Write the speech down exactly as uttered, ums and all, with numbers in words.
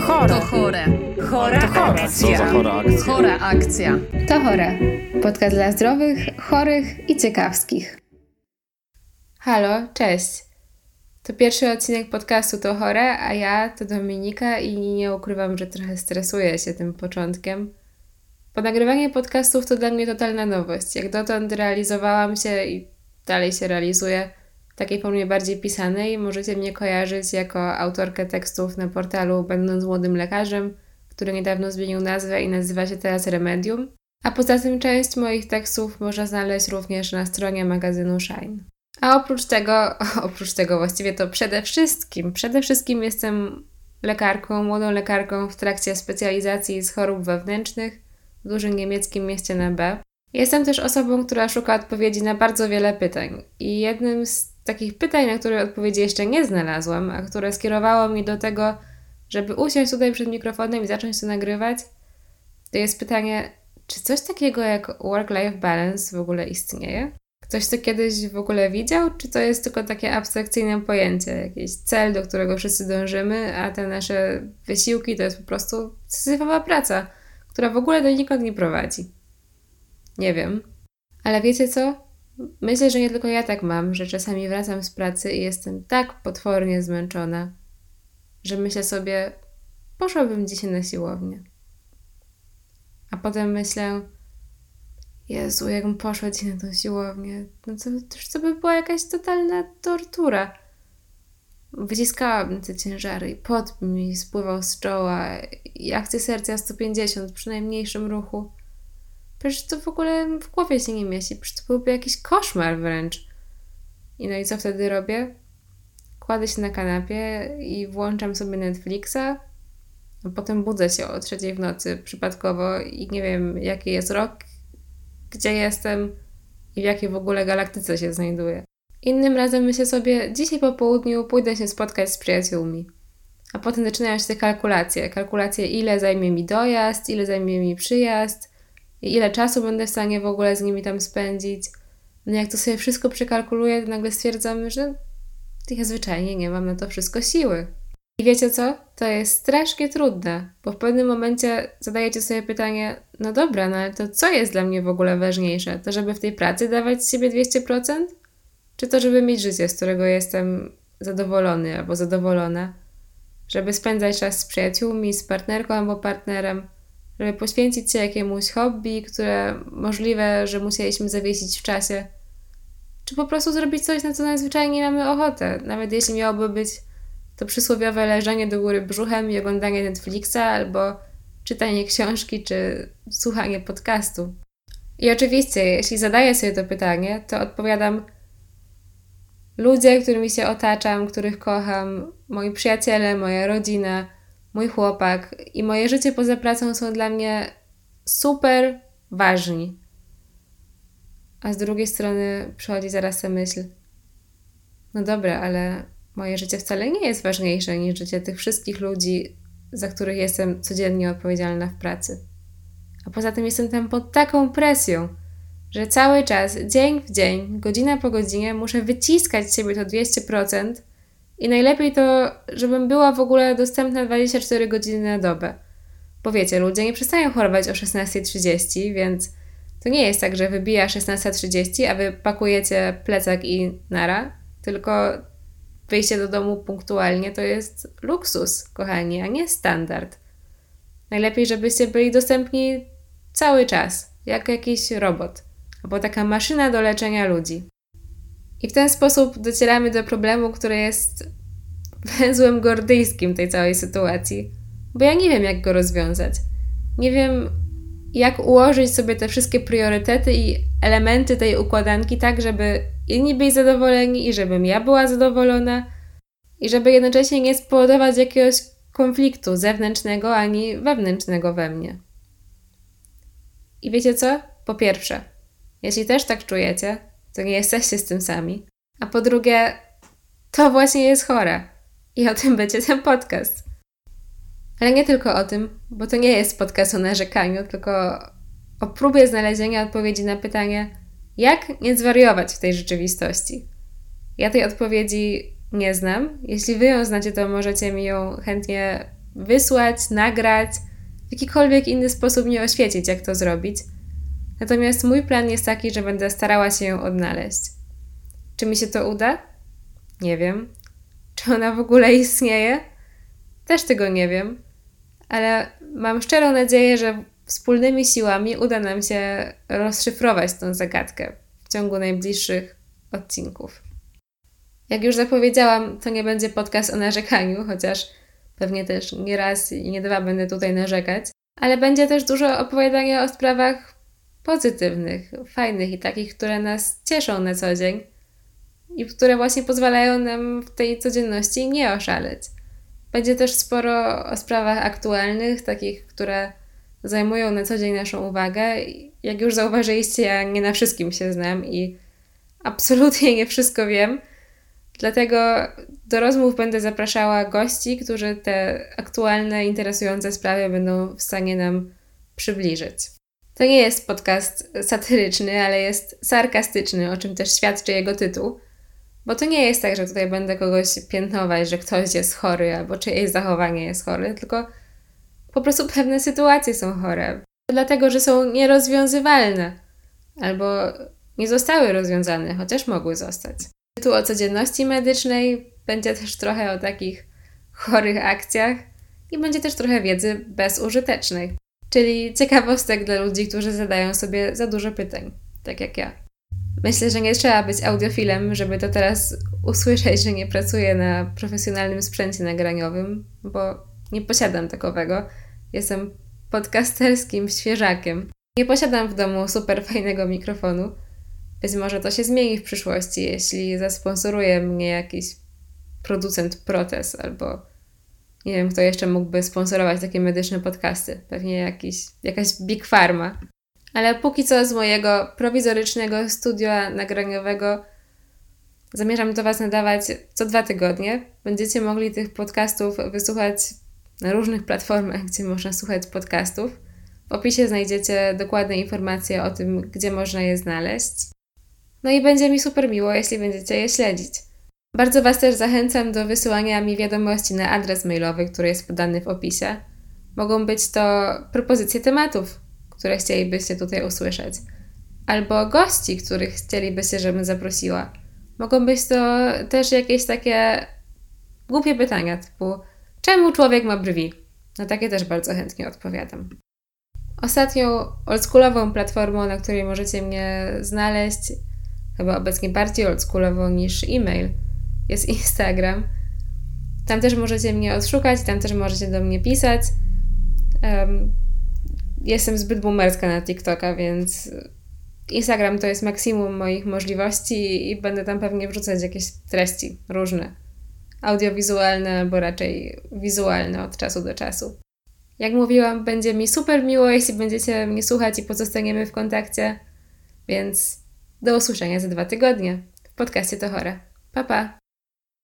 chore. To chore. Chora To chore. akcja. Co za chora akcja? Chora akcja. To chore. Podcast dla zdrowych, chorych i ciekawskich. Halo, cześć. To pierwszy odcinek podcastu To chore, a ja to Dominika i nie ukrywam, że trochę stresuję się tym początkiem. Bo nagrywanie podcastów to dla mnie totalna nowość. Jak dotąd realizowałam się i dalej się realizuję w takiej formie bardziej pisanej. Możecie mnie kojarzyć jako autorkę tekstów na portalu Będąc Młodym Lekarzem, który niedawno zmienił nazwę i nazywa się teraz Remedium. A poza tym część moich tekstów można znaleźć również na stronie magazynu Shine. A oprócz tego, oprócz tego właściwie to przede wszystkim, przede wszystkim jestem lekarką, młodą lekarką w trakcie specjalizacji z chorób wewnętrznych w dużym niemieckim mieście na B. Jestem też osobą, która szuka odpowiedzi na bardzo wiele pytań. I jednym z takich pytań, na które odpowiedzi jeszcze nie znalazłam, a które skierowało mnie do tego, żeby usiąść tutaj przed mikrofonem i zacząć to nagrywać, to jest pytanie, czy coś takiego jak work-life balance w ogóle istnieje? Ktoś to kiedyś w ogóle widział, czy to jest tylko takie abstrakcyjne pojęcie, jakiś cel, do którego wszyscy dążymy, a te nasze wysiłki to jest po prostu syzyfowa praca, która w ogóle do nikąd nie prowadzi. Nie wiem. Ale wiecie co? Myślę, że nie tylko ja tak mam, że czasami wracam z pracy i jestem tak potwornie zmęczona, że myślę sobie, poszłabym dzisiaj na siłownię. A potem myślę, Jezu, jakbym poszła dzisiaj na tą siłownię, no to już to by była jakaś totalna tortura. Wyciskałabym te ciężary i pot mi spływał z czoła i akcje serca sto pięćdziesiąt przy najmniejszym ruchu. Przecież to w ogóle w głowie się nie mieści, przecież to byłby jakiś koszmar wręcz. I no i co wtedy robię? Kładę się na kanapie i włączam sobie Netflixa, a potem budzę się o trzeciej w nocy przypadkowo i nie wiem jaki jest rok, gdzie jestem i w jakiej w ogóle galaktyce się znajduję. Innym razem myślę sobie, dzisiaj po południu pójdę się spotkać z przyjaciółmi. A potem zaczynają się te kalkulacje. Kalkulacje, ile zajmie mi dojazd, ile zajmie mi przyjazd, i ile czasu będę w stanie w ogóle z nimi tam spędzić. No jak to sobie wszystko przekalkuluję, to nagle stwierdzam, że ja zwyczajnie nie mam na to wszystko siły. I wiecie co? To jest strasznie trudne, bo w pewnym momencie zadajecie sobie pytanie, no dobra, no ale to co jest dla mnie w ogóle ważniejsze? To, żeby w tej pracy dawać z siebie dwieście procent? Czy to, żeby mieć życie, z którego jestem zadowolony albo zadowolona? Żeby spędzać czas z przyjaciółmi, z partnerką albo partnerem? Żeby poświęcić się jakiemuś hobby, które możliwe, że musieliśmy zawiesić w czasie? Czy po prostu zrobić coś, na co najzwyczajniej mamy ochotę? Nawet jeśli miałoby być to przysłowiowe leżenie do góry brzuchem i oglądanie Netflixa albo czytanie książki czy słuchanie podcastu. I oczywiście, jeśli zadaję sobie to pytanie, to odpowiadam: ludzie, którymi się otaczam, których kocham, moi przyjaciele, moja rodzina, mój chłopak i moje życie poza pracą są dla mnie super ważni. A z drugiej strony przychodzi zaraz ta myśl, no dobra, ale moje życie wcale nie jest ważniejsze niż życie tych wszystkich ludzi, za których jestem codziennie odpowiedzialna w pracy. A poza tym jestem tam pod taką presją, że cały czas, dzień w dzień, godzina po godzinie muszę wyciskać z siebie to dwieście procent i najlepiej to, żebym była w ogóle dostępna dwadzieścia cztery godziny na dobę. Bo wiecie, ludzie nie przestają chorować o szesnasta trzydzieści, więc to nie jest tak, że wybija szesnasta trzydzieści, a wy pakujecie plecak i nara, tylko wyjście do domu punktualnie to jest luksus, kochani, a nie standard. Najlepiej, żebyście byli dostępni cały czas, jak jakiś robot, albo taka maszyna do leczenia ludzi. I w ten sposób docieramy do problemu, który jest węzłem gordyjskim tej całej sytuacji, bo ja nie wiem, jak go rozwiązać. Nie wiem, jak ułożyć sobie te wszystkie priorytety i elementy tej układanki tak, żeby inni byli zadowoleni i żebym ja była zadowolona i żeby jednocześnie nie spowodować jakiegoś konfliktu zewnętrznego ani wewnętrznego we mnie. I wiecie co? Po pierwsze, jeśli też tak czujecie, to nie jesteście z tym sami. A po drugie, to właśnie jest chore. I o tym będzie ten podcast. Ale nie tylko o tym, bo to nie jest podcast o narzekaniu, tylko o próbie znalezienia odpowiedzi na pytanie, jak nie zwariować w tej rzeczywistości. Ja tej odpowiedzi nie znam. Jeśli wy ją znacie, to możecie mi ją chętnie wysłać, nagrać, w jakikolwiek inny sposób mnie oświecić, jak to zrobić. Natomiast mój plan jest taki, że będę starała się ją odnaleźć. Czy mi się to uda? Nie wiem. Czy ona w ogóle istnieje? Też tego nie wiem. Ale mam szczerą nadzieję, że wspólnymi siłami uda nam się rozszyfrować tę zagadkę w ciągu najbliższych odcinków. Jak już zapowiedziałam, to nie będzie podcast o narzekaniu, chociaż pewnie też nie raz i nie dwa będę tutaj narzekać, ale będzie też dużo opowiadania o sprawach pozytywnych, fajnych i takich, które nas cieszą na co dzień i które właśnie pozwalają nam w tej codzienności nie oszaleć. Będzie też sporo o sprawach aktualnych, takich, które zajmują na co dzień naszą uwagę. Jak już zauważyliście, ja nie na wszystkim się znam i absolutnie nie wszystko wiem. Dlatego do rozmów będę zapraszała gości, którzy te aktualne, interesujące sprawy będą w stanie nam przybliżyć. To nie jest podcast satyryczny, ale jest sarkastyczny, o czym też świadczy jego tytuł. Bo to nie jest tak, że tutaj będę kogoś piętnować, że ktoś jest chory albo czyjeś zachowanie jest chore, tylko po prostu pewne sytuacje są chore. Dlatego, że są nierozwiązywalne albo nie zostały rozwiązane, chociaż mogły zostać. Tu o codzienności medycznej, będzie też trochę o takich chorych akcjach i będzie też trochę wiedzy bezużytecznej, czyli ciekawostek dla ludzi, którzy zadają sobie za dużo pytań, tak jak ja. Myślę, że nie trzeba być audiofilem, żeby to teraz usłyszeć, że nie pracuję na profesjonalnym sprzęcie nagraniowym, bo nie posiadam takowego. Jestem podcasterskim świeżakiem. Nie posiadam w domu super fajnego mikrofonu. Być może to się zmieni w przyszłości, jeśli zasponsoruje mnie jakiś producent protez albo nie wiem, kto jeszcze mógłby sponsorować takie medyczne podcasty. Pewnie jakiś, jakaś Big Pharma. Ale póki co z mojego prowizorycznego studia nagraniowego zamierzam do Was nadawać co dwa tygodnie. Będziecie mogli tych podcastów wysłuchać na różnych platformach, gdzie można słuchać podcastów. W opisie znajdziecie dokładne informacje o tym, gdzie można je znaleźć. No i będzie mi super miło, jeśli będziecie je śledzić. Bardzo Was też zachęcam do wysyłania mi wiadomości na adres mailowy, który jest podany w opisie. Mogą być to propozycje tematów, które chcielibyście tutaj usłyszeć. Albo gości, których chcielibyście, żebym zaprosiła. Mogą być to też jakieś takie głupie pytania, typu czemu człowiek ma brwi? Na takie też bardzo chętnie odpowiadam. Ostatnią oldschoolową platformą, na której możecie mnie znaleźć, chyba obecnie bardziej oldschoolową niż e-mail, jest Instagram. Tam też możecie mnie odszukać, tam też możecie do mnie pisać. Um, Jestem zbyt boomerska na TikToka, więc Instagram to jest maksimum moich możliwości i będę tam pewnie wrzucać jakieś treści różne. Audiowizualne albo raczej wizualne od czasu do czasu. Jak mówiłam, będzie mi super miło, jeśli będziecie mnie słuchać i pozostaniemy w kontakcie, więc do usłyszenia za dwa tygodnie w podcaście To Chore. Pa, pa!